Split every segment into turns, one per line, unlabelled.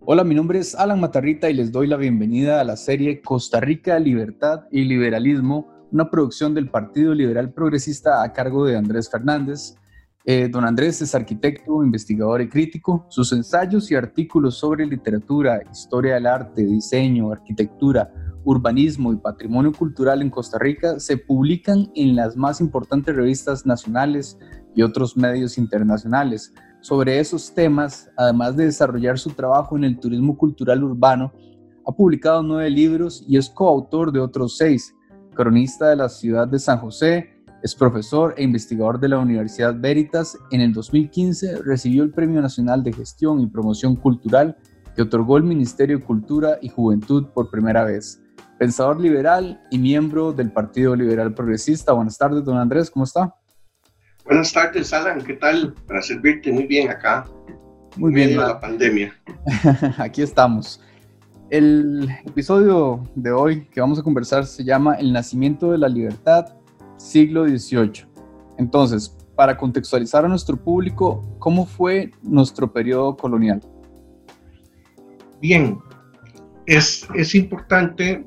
Hola, mi nombre es Alan Matarrita y les doy la bienvenida a la serie Costa Rica, Libertad y Liberalismo, una producción del Partido Liberal Progresista a cargo de Andrés Fernández. Don Andrés es arquitecto, investigador y crítico. Sus ensayos y artículos sobre literatura, historia del arte, diseño, arquitectura, urbanismo y patrimonio cultural en Costa Rica se publican en las más importantes revistas nacionales y otros medios internacionales. Sobre esos temas, además de desarrollar su trabajo en el turismo cultural urbano, ha publicado 9 libros y es coautor de otros 6. Cronista de la ciudad de San José, es profesor e investigador de la Universidad Veritas. En el 2015 recibió el Premio Nacional de Gestión y Promoción Cultural que otorgó el Ministerio de Cultura y Juventud por primera vez. Pensador liberal y miembro del Partido Liberal Progresista. Buenas tardes, don Andrés, ¿cómo está?
Buenas tardes, Alan, ¿qué tal? Para servirte muy bien acá,
muy
en
bien,
medio de la pandemia.
Aquí estamos. El episodio de hoy que vamos a conversar se llama El nacimiento de la libertad, siglo XVIII. Entonces, para contextualizar a nuestro público, ¿cómo fue nuestro periodo colonial?
Bien, es importante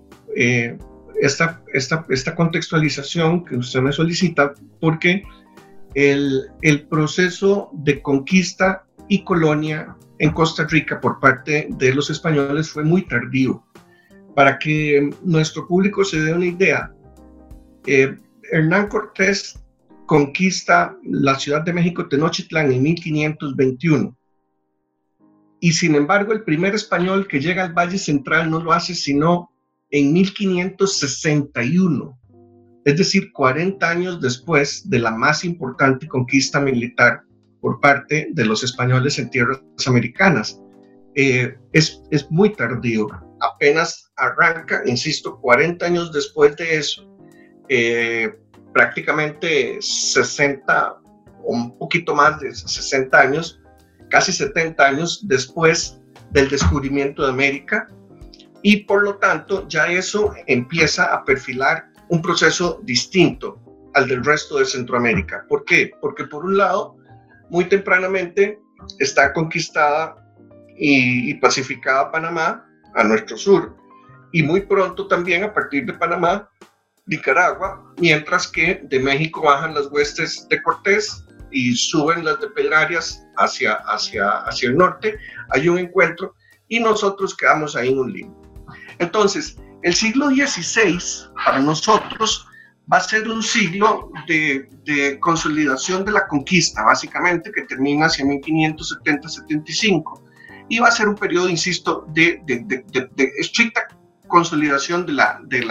esta contextualización que usted me solicita porque el proceso de conquista y colonia en Costa Rica por parte de los españoles fue muy tardío. Para que nuestro público se dé una idea, Hernán Cortés conquista la Ciudad de México Tenochtitlán en 1521 y sin embargo el primer español que llega al Valle Central no lo hace sino en 1561. Es decir, 40 años después de la más importante conquista militar por parte de los españoles en tierras americanas. Es muy tardío, apenas arranca, insisto, 40 años después de eso, prácticamente 60 o un poquito más de 60 años, casi 70 años después del descubrimiento de América, y por lo tanto ya eso empieza a perfilar un proceso distinto al del resto de Centroamérica. ¿Por qué? Porque por un lado, muy tempranamente está conquistada y pacificada Panamá a nuestro sur, y muy pronto también a partir de Panamá, Nicaragua, mientras que de México bajan las huestes de Cortés y suben las de Pedrarias hacia el norte. Hay un encuentro y nosotros quedamos ahí en un limbo. Entonces, el siglo XVI para nosotros va a ser un siglo de consolidación de la conquista, básicamente, que termina hacia 1570-75, y va a ser un periodo, insisto, de estricta consolidación de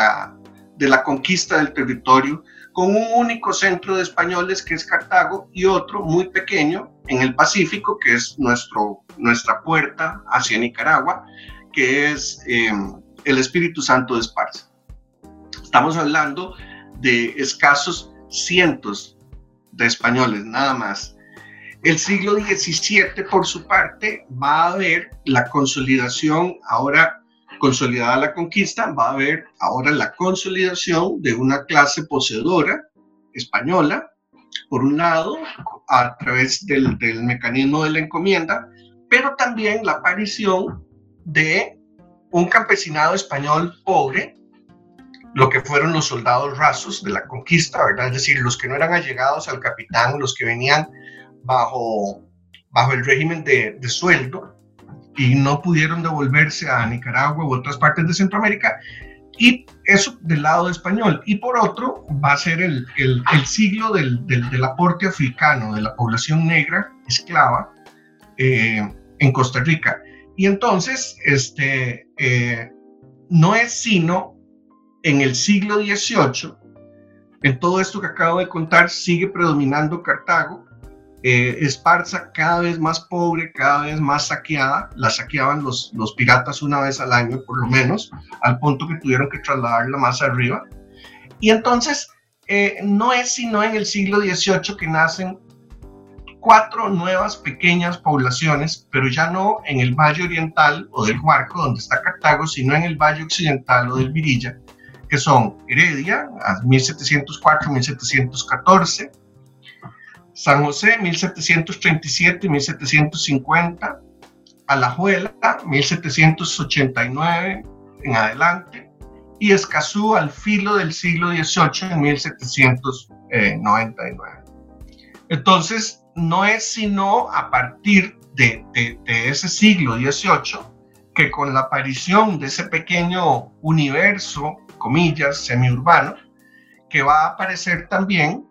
la conquista del territorio, con un único centro de españoles que es Cartago y otro muy pequeño en el Pacífico, que es nuestra puerta hacia Nicaragua, que es el Espíritu Santo de Esparza. Estamos hablando de escasos cientos de españoles, nada más. El siglo XVII, por su parte, va a haber la consolidación, ahora consolidada la conquista, va a haber ahora la consolidación de una clase poseedora española, por un lado, a través del mecanismo de la encomienda, pero también la aparición de un campesinado español pobre, lo que fueron los soldados rasos de la conquista, ¿verdad? Es decir, los que no eran allegados al capitán, los que venían bajo el régimen de sueldo y no pudieron devolverse a Nicaragua u otras partes de Centroamérica, y eso del lado español. Y por otro, va a ser el siglo del aporte africano, de la población negra esclava en Costa Rica. Y entonces, no es sino en el siglo XVIII, en todo esto que acabo de contar, sigue predominando Cartago, Esparza cada vez más pobre, cada vez más saqueada, la saqueaban los piratas una vez al año por lo menos, al punto que tuvieron que trasladarla más arriba. Y entonces, no es sino en el siglo XVIII que nacen 4 nuevas pequeñas poblaciones, pero ya no en el Valle Oriental o del Huarco, donde está Cartago, sino en el Valle Occidental o del Virilla, que son Heredia, 1704-1714, San José, 1737-1750, Alajuela, 1789 en adelante, y Escazú al filo del siglo XVIII en 1799. Entonces, no es sino a partir de ese siglo XVIII que con la aparición de ese pequeño universo, comillas, semiurbano, que va a aparecer también,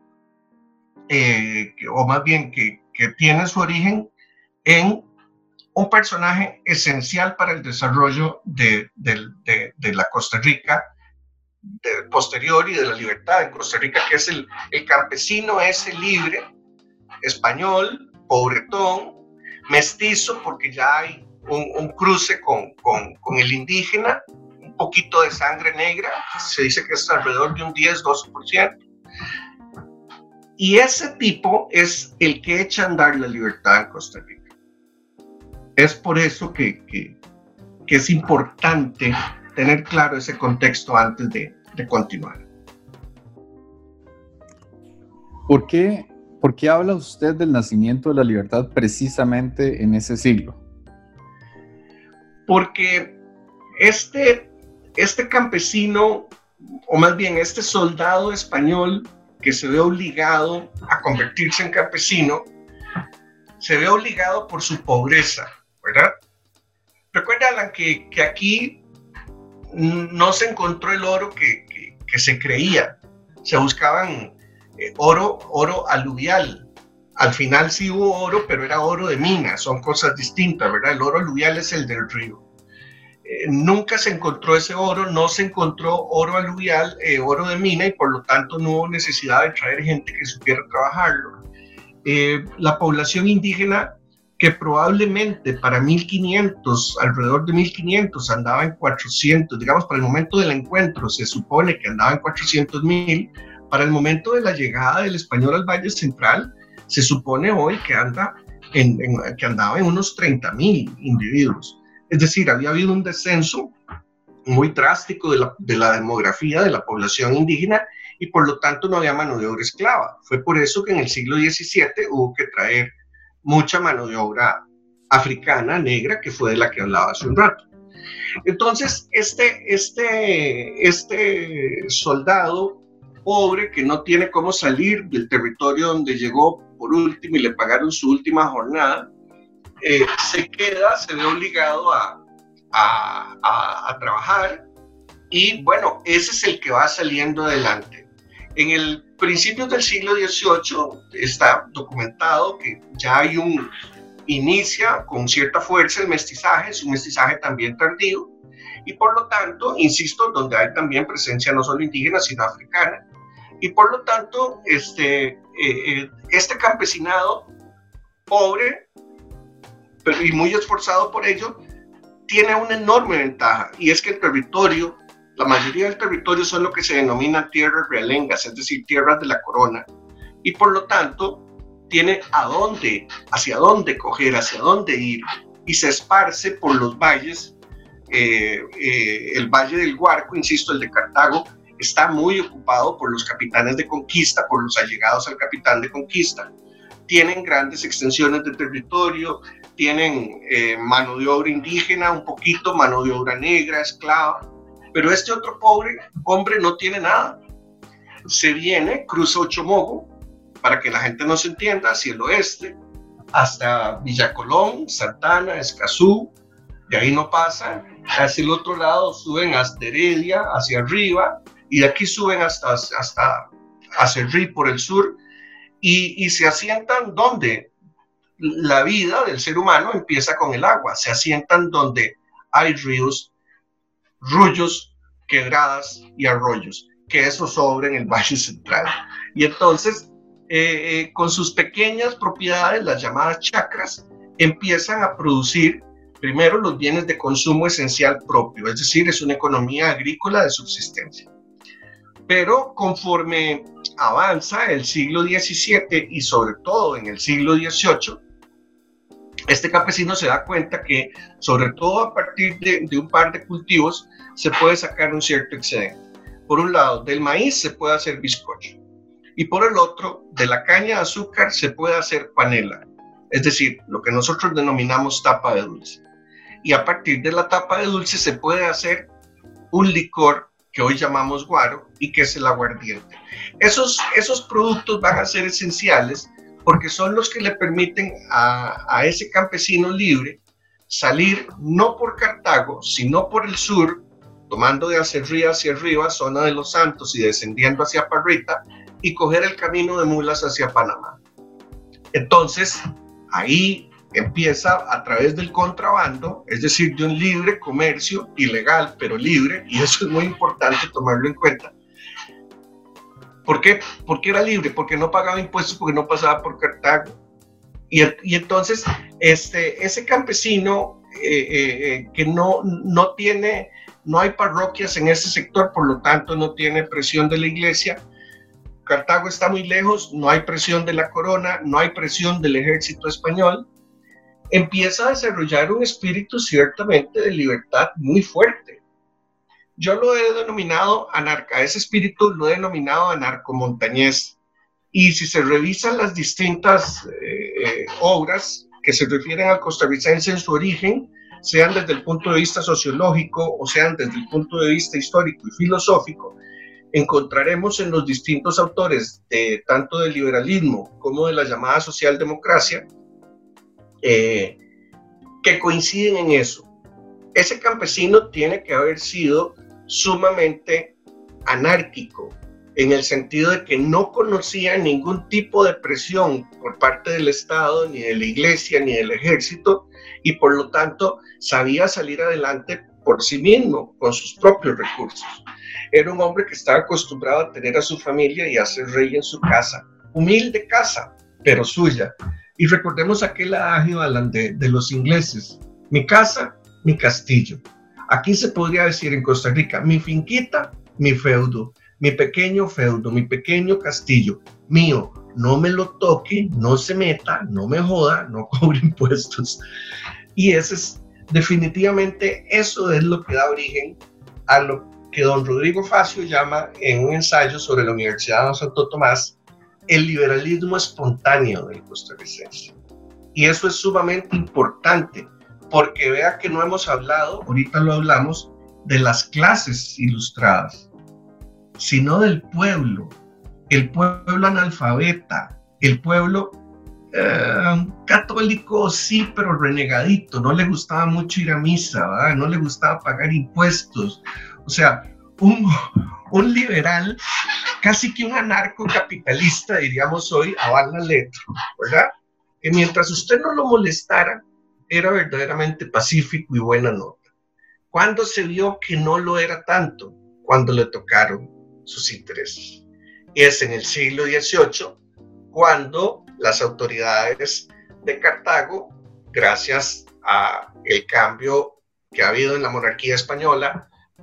o más bien que tiene su origen en un personaje esencial para el desarrollo de la Costa Rica posterior y de la libertad en Costa Rica, que es el campesino ese libre, español, pobretón, mestizo, porque ya hay un cruce con el indígena, un poquito de sangre negra, se dice que es alrededor de un 10-12%. Y ese tipo es el que echa a andar la libertad en Costa Rica. Es por eso que es importante tener claro ese contexto antes de continuar.
¿Por qué habla usted del nacimiento de la libertad precisamente en ese siglo?
Porque este campesino, o más bien este soldado español que se ve obligado a convertirse en campesino, se ve obligado por su pobreza, ¿verdad? Recuerda, Alan, que aquí no se encontró el oro que se creía. Se buscaban oro aluvial. Al final sí hubo oro, pero era oro de mina, son cosas distintas, ¿verdad? El oro aluvial es el del río. Nunca se encontró ese oro, no se encontró oro aluvial, oro de mina, y por lo tanto no hubo necesidad de traer gente que supiera trabajarlo. La población indígena, que probablemente para 1500, alrededor de 1500, andaba en 400, digamos, para el momento del encuentro se supone que andaba en 400,000, para el momento de la llegada del español al Valle Central, se supone hoy que andaba en unos 30,000 individuos. Es decir, había habido un descenso muy drástico de la demografía de la población indígena y por lo tanto no había mano de obra esclava. Fue por eso que en el siglo XVII hubo que traer mucha mano de obra africana, negra, que fue de la que hablaba hace un rato. Entonces, este soldado pobre que no tiene cómo salir del territorio donde llegó por último y le pagaron su última jornada, se ve obligado a trabajar, y bueno, ese es el que va saliendo adelante. En el principio del siglo XVIII está documentado que ya inicia con cierta fuerza el mestizaje, es un mestizaje también tardío, y por lo tanto, insisto, donde hay también presencia no solo indígena, sino africana, y por lo tanto, este campesinado pobre, y muy esforzado por ello, tiene una enorme ventaja, y es que el territorio, la mayoría del territorio son lo que se denomina tierras realengas, es decir, tierras de la corona, y por lo tanto tiene hacia dónde coger, hacia dónde ir, y se esparce por los valles. El valle del Guarco, insisto, el de Cartago, está muy ocupado por los capitanes de conquista, por los allegados al capitán de conquista. Tienen grandes extensiones de territorio, tienen mano de obra indígena, un poquito mano de obra negra, esclava, pero este otro pobre hombre no tiene nada. Se viene, cruza Ochomogo, para que la gente no se entienda, hacia el oeste, hasta Villa Colón, Santana, Escazú, de ahí no pasan, hacia el otro lado suben hasta Heredia, hacia arriba, y de aquí suben hasta Acerrí por el sur, y se asientan donde la vida del ser humano empieza con el agua, se asientan donde hay ríos, arroyos, quebradas y arroyos, que eso sobra en el Valle Central. Y entonces, con sus pequeñas propiedades, las llamadas chacras, empiezan a producir primero los bienes de consumo esencial propio, es decir, es una economía agrícola de subsistencia. Pero conforme avanza el siglo XVII y sobre todo en el siglo XVIII, este campesino se da cuenta que, sobre todo a partir de un par de cultivos, se puede sacar un cierto excedente. Por un lado, del maíz se puede hacer bizcocho, y por el otro, de la caña de azúcar se puede hacer panela, es decir, lo que nosotros denominamos tapa de dulce. y a partir de la tapa de dulce se puede hacer un licor que hoy llamamos guaro y que es el aguardiente. Esos productos van a ser esenciales porque son los que le permiten a ese campesino libre salir no por Cartago, sino por el sur, tomando de Acerrí hacia arriba, zona de Los Santos y descendiendo hacia Parrita, y coger el camino de mulas hacia Panamá. Entonces, ahí empieza a través del contrabando, es decir, de un libre comercio, ilegal pero libre, y eso es muy importante tomarlo en cuenta. ¿Por qué? Porque era libre, porque no pagaba impuestos, porque no pasaba por Cartago. Y entonces, ese campesino que no hay parroquias en ese sector, por lo tanto no tiene presión de la iglesia. Cartago está muy lejos, no hay presión de la corona, no hay presión del ejército español. Empieza a desarrollar un espíritu ciertamente de libertad muy fuerte. Yo lo he denominado ese espíritu lo he denominado anarcomontañés. Y si se revisan las distintas obras que se refieren al costarricense en su origen, sean desde el punto de vista sociológico o sean desde el punto de vista histórico y filosófico, encontraremos en los distintos autores, tanto del liberalismo como de la llamada socialdemocracia, que coinciden en eso. Ese campesino tiene que haber sido sumamente anárquico, en el sentido de que no conocía ningún tipo de presión por parte del Estado, ni de la iglesia, ni del ejército, y por lo tanto sabía salir adelante por sí mismo, con sus propios recursos. Era un hombre que estaba acostumbrado a tener a su familia y a ser rey en su casa, humilde casa, pero suya. Y recordemos aquel adagio, Alan, de los ingleses: mi casa, mi castillo. Aquí se podría decir en Costa Rica: mi finquita, mi feudo, mi pequeño feudo, mi pequeño castillo, mío, no me lo toque, no se meta, no me joda, no cobre impuestos. Y definitivamente eso es lo que da origen a lo que don Rodrigo Facio llama en un ensayo sobre la Universidad de Santo Tomás el liberalismo espontáneo del costarricense. Y eso es sumamente importante, porque vea que no hemos hablado, ahorita lo hablamos, de las clases ilustradas, sino del pueblo, el pueblo analfabeta, el pueblo católico, sí, pero renegadito, no le gustaba mucho ir a misa, ¿verdad? No le gustaba pagar impuestos, o sea, un liberal, casi que un anarcocapitalista, diríamos hoy, a bala letra, ¿verdad? Que mientras usted no lo molestara, era verdaderamente pacífico y buena nota. ¿Cuándo se vio que no lo era tanto? Cuando le tocaron sus intereses. Es en el siglo XVIII cuando las autoridades de Cartago, gracias a el cambio que ha habido en la monarquía española,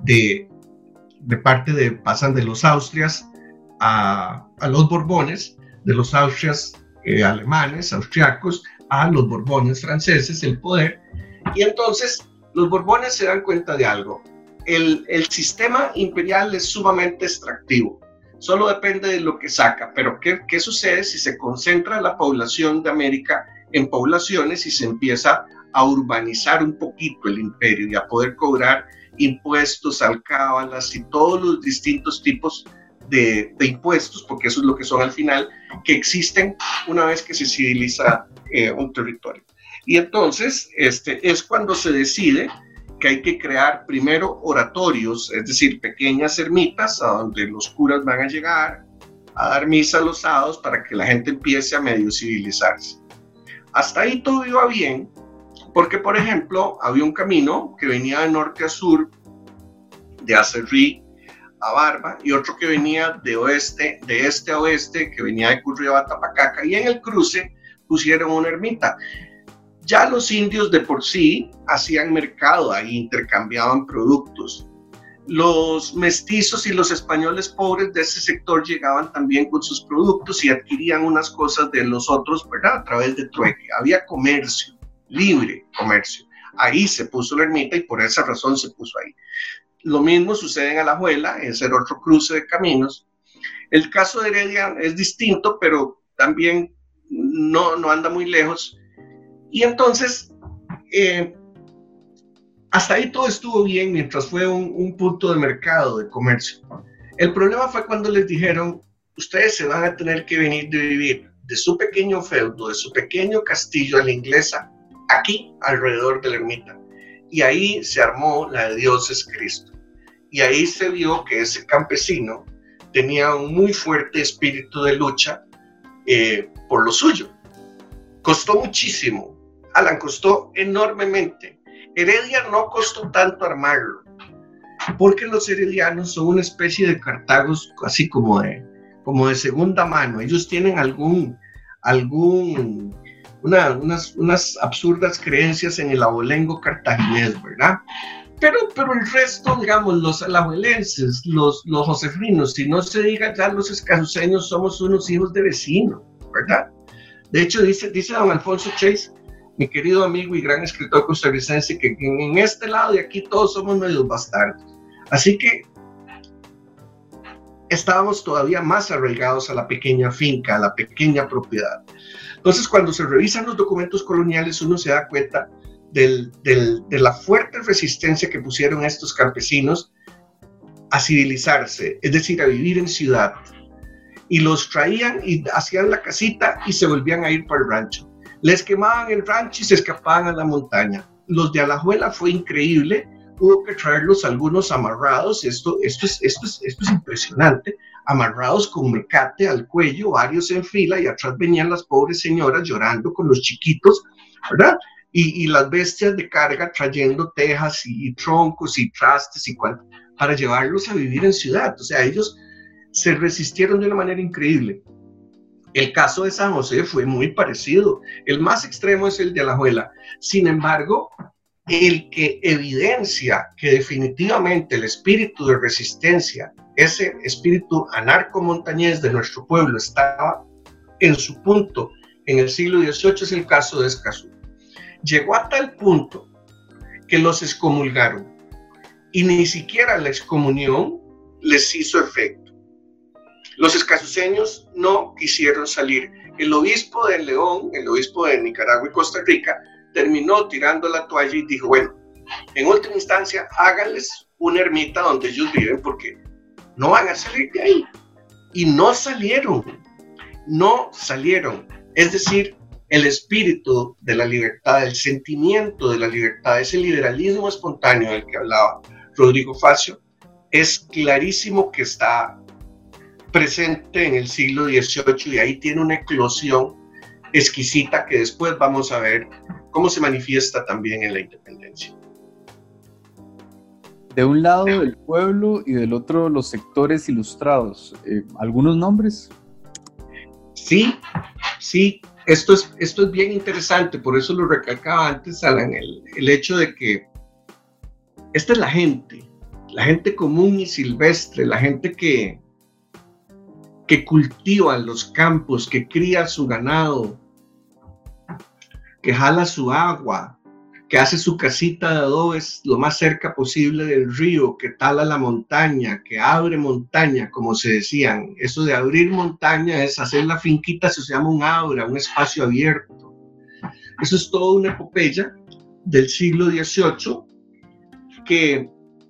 pasan de los Austrias a los Borbones, de los Austrias alemanes, austriacos, a los Borbones franceses, el poder, y entonces los Borbones se dan cuenta de algo: el sistema imperial es sumamente extractivo, solo depende de lo que saca, pero ¿qué sucede si se concentra la población de América en poblaciones y se empieza a urbanizar un poquito el imperio y a poder cobrar impuestos, alcábalas y todos los distintos tipos de impuestos, porque eso es lo que son al final, que existen una vez que se civiliza un territorio? Y entonces es cuando se decide que hay que crear primero oratorios, es decir, pequeñas ermitas a donde los curas van a llegar a dar misa los sábados para que la gente empiece a medio civilizarse. Hasta ahí todo iba bien, porque por ejemplo había un camino que venía de norte a sur, de Acerrí a Barba, y otro que venía de este a oeste, que venía de Curriaba a Tapacaca, y en el cruce pusieron una ermita. Ya los indios de por sí hacían mercado ahí, intercambiaban productos. Los mestizos y los españoles pobres de ese sector llegaban también con sus productos y adquirían unas cosas de los otros, ¿verdad? A través de trueque. Había comercio, libre comercio. Ahí se puso la ermita y por esa razón se puso ahí. Lo mismo sucede en Alajuela, es el otro cruce de caminos. El caso de Heredia es distinto, pero también no anda muy lejos. Y entonces hasta ahí todo estuvo bien mientras fue un punto de mercado, de comercio. El problema fue cuando les dijeron, ustedes se van a tener que venir de vivir de su pequeño feudo, de su pequeño castillo a la inglesa, aquí alrededor de la ermita. Y ahí se armó la de Dios es Cristo. Y ahí se vio que ese campesino tenía un muy fuerte espíritu de lucha por lo suyo. Costó muchísimo, Alan, costó enormemente. Heredia no costó tanto armarlo, porque los heredianos son una especie de Cartagos así como de segunda mano. Ellos tienen unas absurdas creencias en el abolengo cartaginés, ¿verdad? Pero el resto, digamos, los alajuelenses, los josefrinos, si no se diga ya los escazuseños, somos unos hijos de vecino, ¿verdad? De hecho, dice don Alfonso Chase, mi querido amigo y gran escritor costarricense, que en este lado de aquí todos somos medios bastardos. Así que estábamos todavía más arraigados a la pequeña finca, a la pequeña propiedad. Entonces, cuando se revisan los documentos coloniales, uno se da cuenta de la fuerte resistencia que pusieron estos campesinos a civilizarse, es decir, a vivir en ciudad. Y los traían y hacían la casita y se volvían a ir para el rancho. Les quemaban el rancho y se escapaban a la montaña. Los de Alajuela fue increíble. Hubo que traerlos algunos amarrados, esto es impresionante, amarrados con mecate al cuello, varios en fila, y atrás venían las pobres señoras llorando con los chiquitos, ¿verdad? Y las bestias de carga trayendo tejas y troncos y trastes y cuanto, para llevarlos a vivir en ciudad. O sea, ellos se resistieron de una manera increíble. El caso de San José fue muy parecido. El más extremo es el de Alajuela. Sin embargo, el que evidencia que definitivamente el espíritu de resistencia, ese espíritu anarco-montañés de nuestro pueblo estaba en su punto en el siglo XVIII, es el caso de Escazú. Llegó a tal punto que los excomulgaron y ni siquiera la excomunión les hizo efecto. Los escazuseños no quisieron salir. El obispo de León, el obispo de Nicaragua y Costa Rica, terminó tirando la toalla y dijo, bueno, en última instancia, háganles una ermita donde ellos viven porque no van a salir de ahí. Y no salieron. Es decir, el espíritu de la libertad, el sentimiento de la libertad, ese liberalismo espontáneo del que hablaba Rodrigo Facio, es clarísimo que está presente en el siglo XVIII y ahí tiene una eclosión exquisita que después vamos a ver cómo se manifiesta también en la independencia.
De un lado el pueblo y del otro los sectores ilustrados. ¿Algunos nombres?
Sí. Esto es bien interesante, por eso lo recalcaba antes, Alan, el hecho de que esta es la gente común y silvestre, la gente que cultiva los campos, que cría su ganado, que jala su agua, que hace su casita de adobes lo más cerca posible del río, que tala la montaña, que abre montaña, como se decían. Eso de abrir montaña es hacer la finquita, eso se llama un aura, un espacio abierto. Eso es toda una epopeya del siglo XVIII que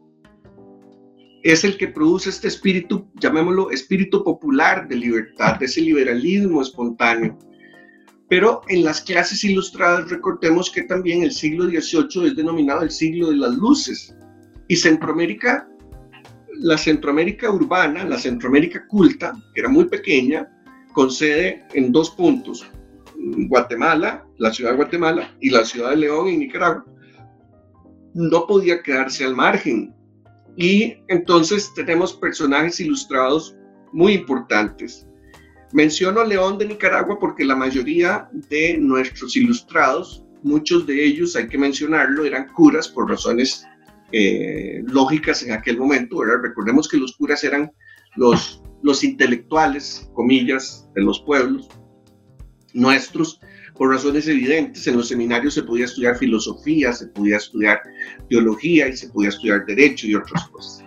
es el que produce este espíritu, llamémoslo espíritu popular de libertad, de ese liberalismo espontáneo. Pero en las clases ilustradas recordemos que también el siglo XVIII es denominado el siglo de las luces. Y Centroamérica, la Centroamérica urbana, la Centroamérica culta, que era muy pequeña, con sede en dos puntos, Guatemala, la ciudad de Guatemala y la ciudad de León en Nicaragua, no podía quedarse al margen. Y entonces tenemos personajes ilustrados muy importantes. Menciono León de Nicaragua porque la mayoría de nuestros ilustrados, muchos de ellos, hay que mencionarlo, eran curas por razones lógicas en aquel momento, ¿verdad? Recordemos que los curas eran los intelectuales, comillas, de los pueblos nuestros, por razones evidentes. En los seminarios se podía estudiar filosofía, se podía estudiar teología y se podía estudiar derecho y otras cosas.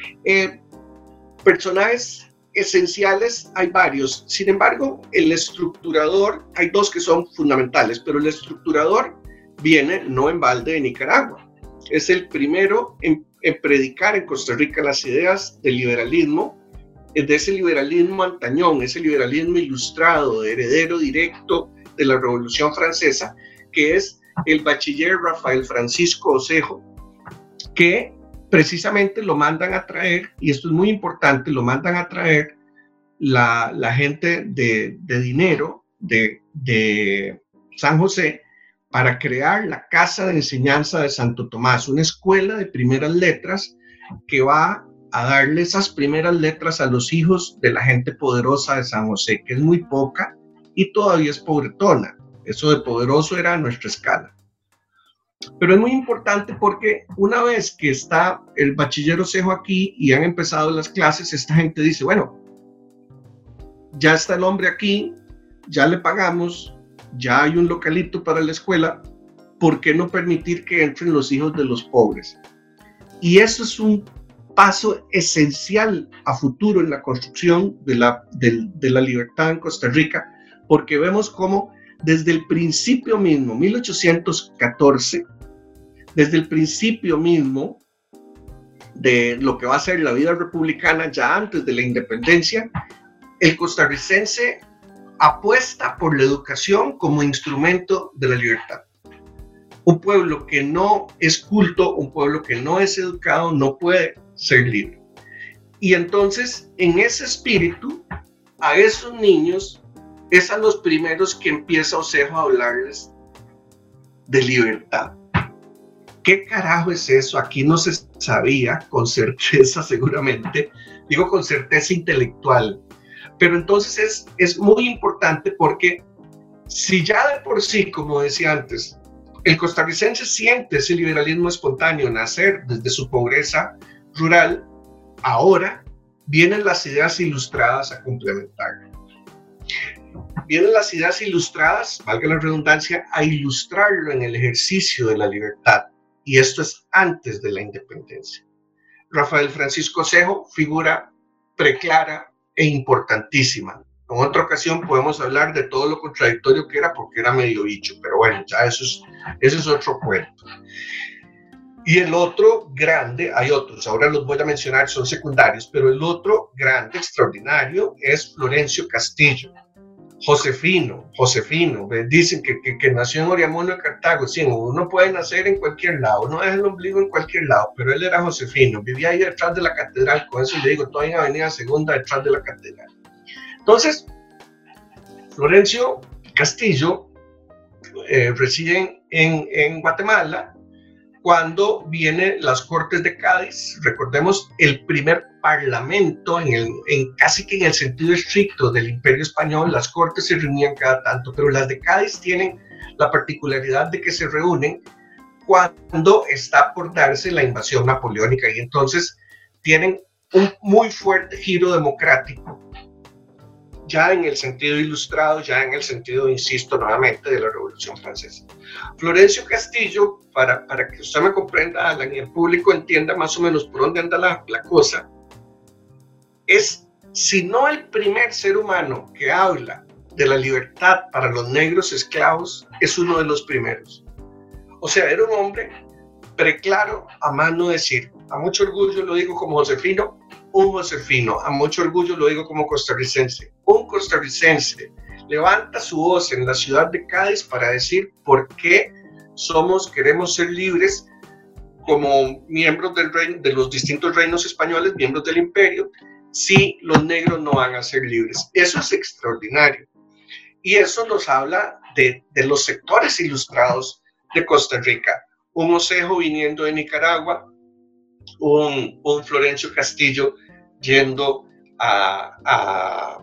Personajes esenciales hay varios. Sin embargo, el estructurador, hay dos que son fundamentales, pero el estructurador viene no en balde de Nicaragua. es el primero en predicar en Costa Rica las ideas del liberalismo, de ese liberalismo antañón, ese liberalismo ilustrado, heredero directo de la Revolución Francesa, que es el bachiller Rafael Francisco Osejo, que precisamente lo mandan a traer, y esto es muy importante, lo mandan a traer la gente de dinero de San José para crear la Casa de Enseñanza de Santo Tomás, una escuela de primeras letras que va a darle esas primeras letras a los hijos de la gente poderosa de San José, que es muy poca y todavía es pobretona. Eso de poderoso era a nuestra escala. Pero es muy importante porque una vez que está el bachiller Osejo aquí y han empezado las clases, esta gente dice, bueno, ya está el hombre aquí, ya le pagamos, ya hay un localito para la escuela, ¿por qué no permitir que entren los hijos de los pobres? Y eso es un paso esencial a futuro en la construcción de la libertad en Costa Rica, porque vemos cómo desde el principio mismo, 1814, desde el principio mismo de lo que va a ser la vida republicana ya antes de la independencia, el costarricense apuesta por la educación como instrumento de la libertad. Un pueblo que no es culto, un pueblo que no es educado, no puede ser libre. Y entonces, en ese espíritu, a esos niños es a los primeros que empieza Osejo a hablarles de libertad. ¿Qué carajo es eso? Aquí no se sabía con certeza, seguramente, digo con certeza intelectual. Pero entonces es muy importante porque si ya de por sí, como decía antes, el costarricense siente ese liberalismo espontáneo nacer desde su pobreza rural, ahora vienen las ideas ilustradas a complementarlo. Vienen las ideas ilustradas, valga la redundancia, a ilustrarlo en el ejercicio de la libertad. Y esto es antes de la independencia. Rafael Francisco Osejo, figura preclara e importantísima. En otra ocasión podemos hablar de todo lo contradictorio que era porque era medio bicho, pero bueno, ya eso es otro cuento. Y el otro grande, hay otros, ahora los voy a mencionar, son secundarios, pero el otro grande, extraordinario, es Florencio Castillo. Josefino, dicen que nació en Oriamuno de Cartago. Sí, uno puede nacer en cualquier lado, uno deja el ombligo en cualquier lado, pero él era Josefino, vivía ahí detrás de la catedral, con eso le digo, todavía en Avenida Segunda, detrás de la catedral. Entonces, Florencio Castillo reside en Guatemala cuando vienen las Cortes de Cádiz. Recordemos el primer parlamento casi que en el sentido estricto del Imperio Español. Las Cortes se reunían cada tanto, pero las de Cádiz tienen la particularidad de que se reúnen cuando está por darse la invasión napoleónica y entonces tienen un muy fuerte giro democrático, ya en el sentido ilustrado, ya en el sentido, insisto nuevamente, de la Revolución Francesa. Florencio Castillo, para que usted me comprenda, Alan, y el público entienda más o menos por dónde anda la cosa, es, si no el primer ser humano que habla de la libertad para los negros esclavos, es uno de los primeros. O sea, era un hombre preclaro a mano decir, a mucho orgullo lo digo como Josefino, un josefino, a mucho orgullo lo digo como costarricense, un costarricense levanta su voz en la ciudad de Cádiz para decir por qué queremos ser libres como miembros del reino, de los distintos reinos españoles, miembros del imperio, si los negros no van a ser libres. Eso es extraordinario. Y eso nos habla de los sectores ilustrados de Costa Rica. Un Osejo viniendo de Nicaragua, un Florencio Castillo yendo a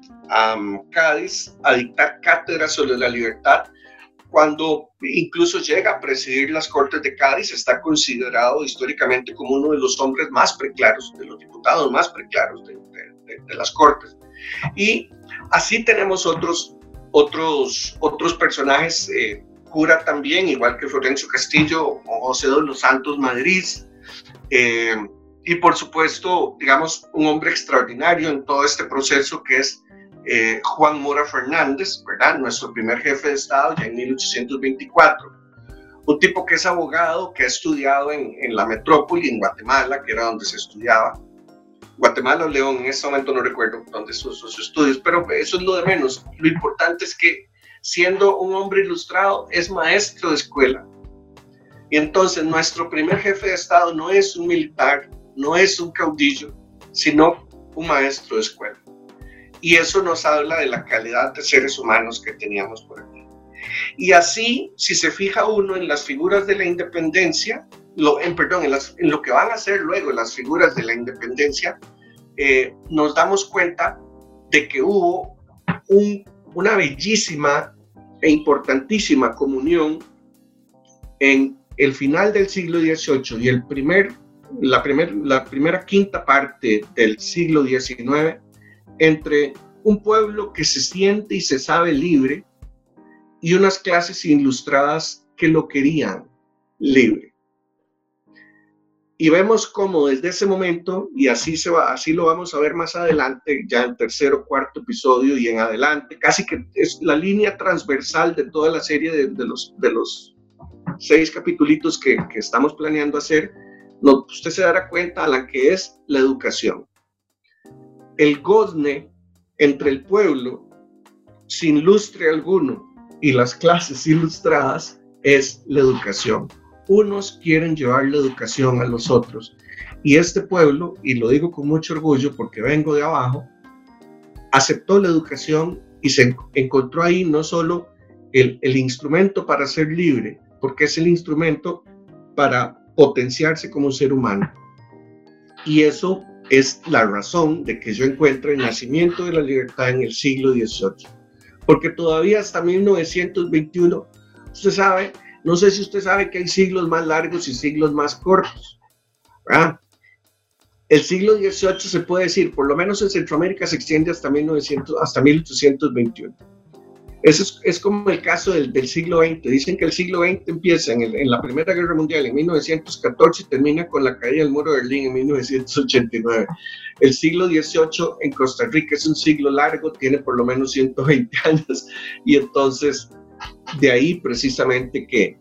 Cádiz a dictar cátedra sobre la libertad. Cuando incluso llega a presidir las Cortes de Cádiz, está considerado históricamente como uno de los hombres más preclaros, de los diputados más preclaros de las Cortes. Y así tenemos otros personajes, cura también, igual que Florencio Castillo, o José de los Santos Madrid, y por supuesto, digamos, un hombre extraordinario en todo este proceso que es Juan Mora Fernández, ¿verdad? Nuestro primer jefe de Estado ya en 1824. un tipo que es abogado, que ha estudiado en la metrópoli, en Guatemala, que era donde se estudiaba. Guatemala o León, en este momento no recuerdo dónde son sus estudios, pero eso es lo de menos. Lo importante es que, siendo un hombre ilustrado, es maestro de escuela. Y entonces nuestro primer jefe de Estado no es un militar, no es un caudillo, sino un maestro de escuela. Y eso nos habla de la calidad de seres humanos que teníamos por aquí. Y así, si se fija uno en las figuras de la independencia, en lo que van a ser luego las figuras de la independencia, nos damos cuenta de que hubo una bellísima e importantísima comunión en el final del siglo XVIII y la primera quinta parte del siglo XIX, entre un pueblo que se siente y se sabe libre y unas clases ilustradas que lo querían libre. Y vemos cómo desde ese momento, y así lo vamos a ver más adelante, ya en tercer o cuarto episodio y en adelante, casi que es la línea transversal de toda la serie de los 6 capitulitos que estamos planeando hacer. Usted se dará cuenta a la que es la educación. El gozne entre el pueblo sin lustre alguno y las clases ilustradas es la educación. Unos quieren llevar la educación a los otros, y este pueblo, y lo digo con mucho orgullo porque vengo de abajo, aceptó la educación y se encontró ahí no solo el instrumento para ser libre, porque es el instrumento para potenciarse como ser humano. Y eso es la razón de que yo encuentro el nacimiento de la libertad en el siglo XVIII. Porque todavía hasta 1921, usted sabe, no sé si usted sabe que hay siglos más largos y siglos más cortos, ¿verdad? El siglo XVIII se puede decir, por lo menos en Centroamérica, se extiende hasta 1821. Eso es como el caso del siglo XX. Dicen que el siglo XX empieza en la Primera Guerra Mundial en 1914 y termina con la caída del muro de Berlín en 1989. El siglo XVIII en Costa Rica es un siglo largo, tiene por lo menos 120 años, y entonces de ahí precisamente que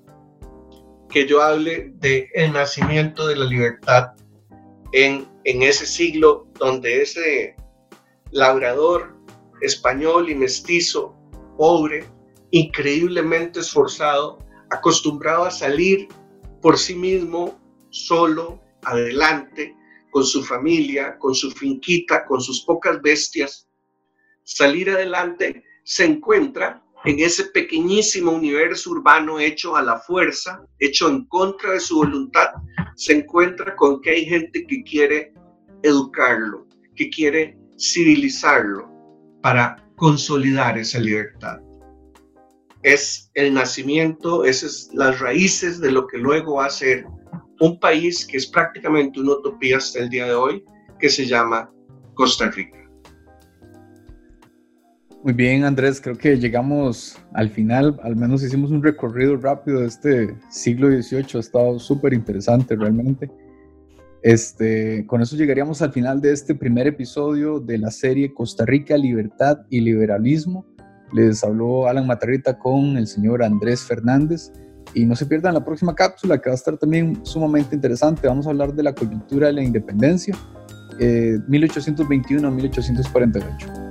yo hable del nacimiento de la libertad en ese siglo donde ese labrador español y mestizo, pobre, increíblemente esforzado, acostumbrado a salir por sí mismo, solo, adelante, con su familia, con su finquita, con sus pocas bestias, salir adelante, se encuentra en ese pequeñísimo universo urbano hecho a la fuerza, hecho en contra de su voluntad, se encuentra con que hay gente que quiere educarlo, que quiere civilizarlo para consolidar esa libertad. Es el nacimiento, esas las raíces de lo que luego va a ser un país que es prácticamente una utopía hasta el día de hoy, que se llama Costa Rica.
Muy bien, Andrés, creo que llegamos al final, al menos hicimos un recorrido rápido de este siglo XVIII, ha estado súper interesante realmente. Con eso llegaríamos al final de este primer episodio de la serie Costa Rica, Libertad y Liberalismo. Les habló Alan Matarrita con el señor Andrés Fernández, y no se pierdan la próxima cápsula, que va a estar también sumamente interesante. Vamos a hablar de la coyuntura de la independencia, 1821 a 1848.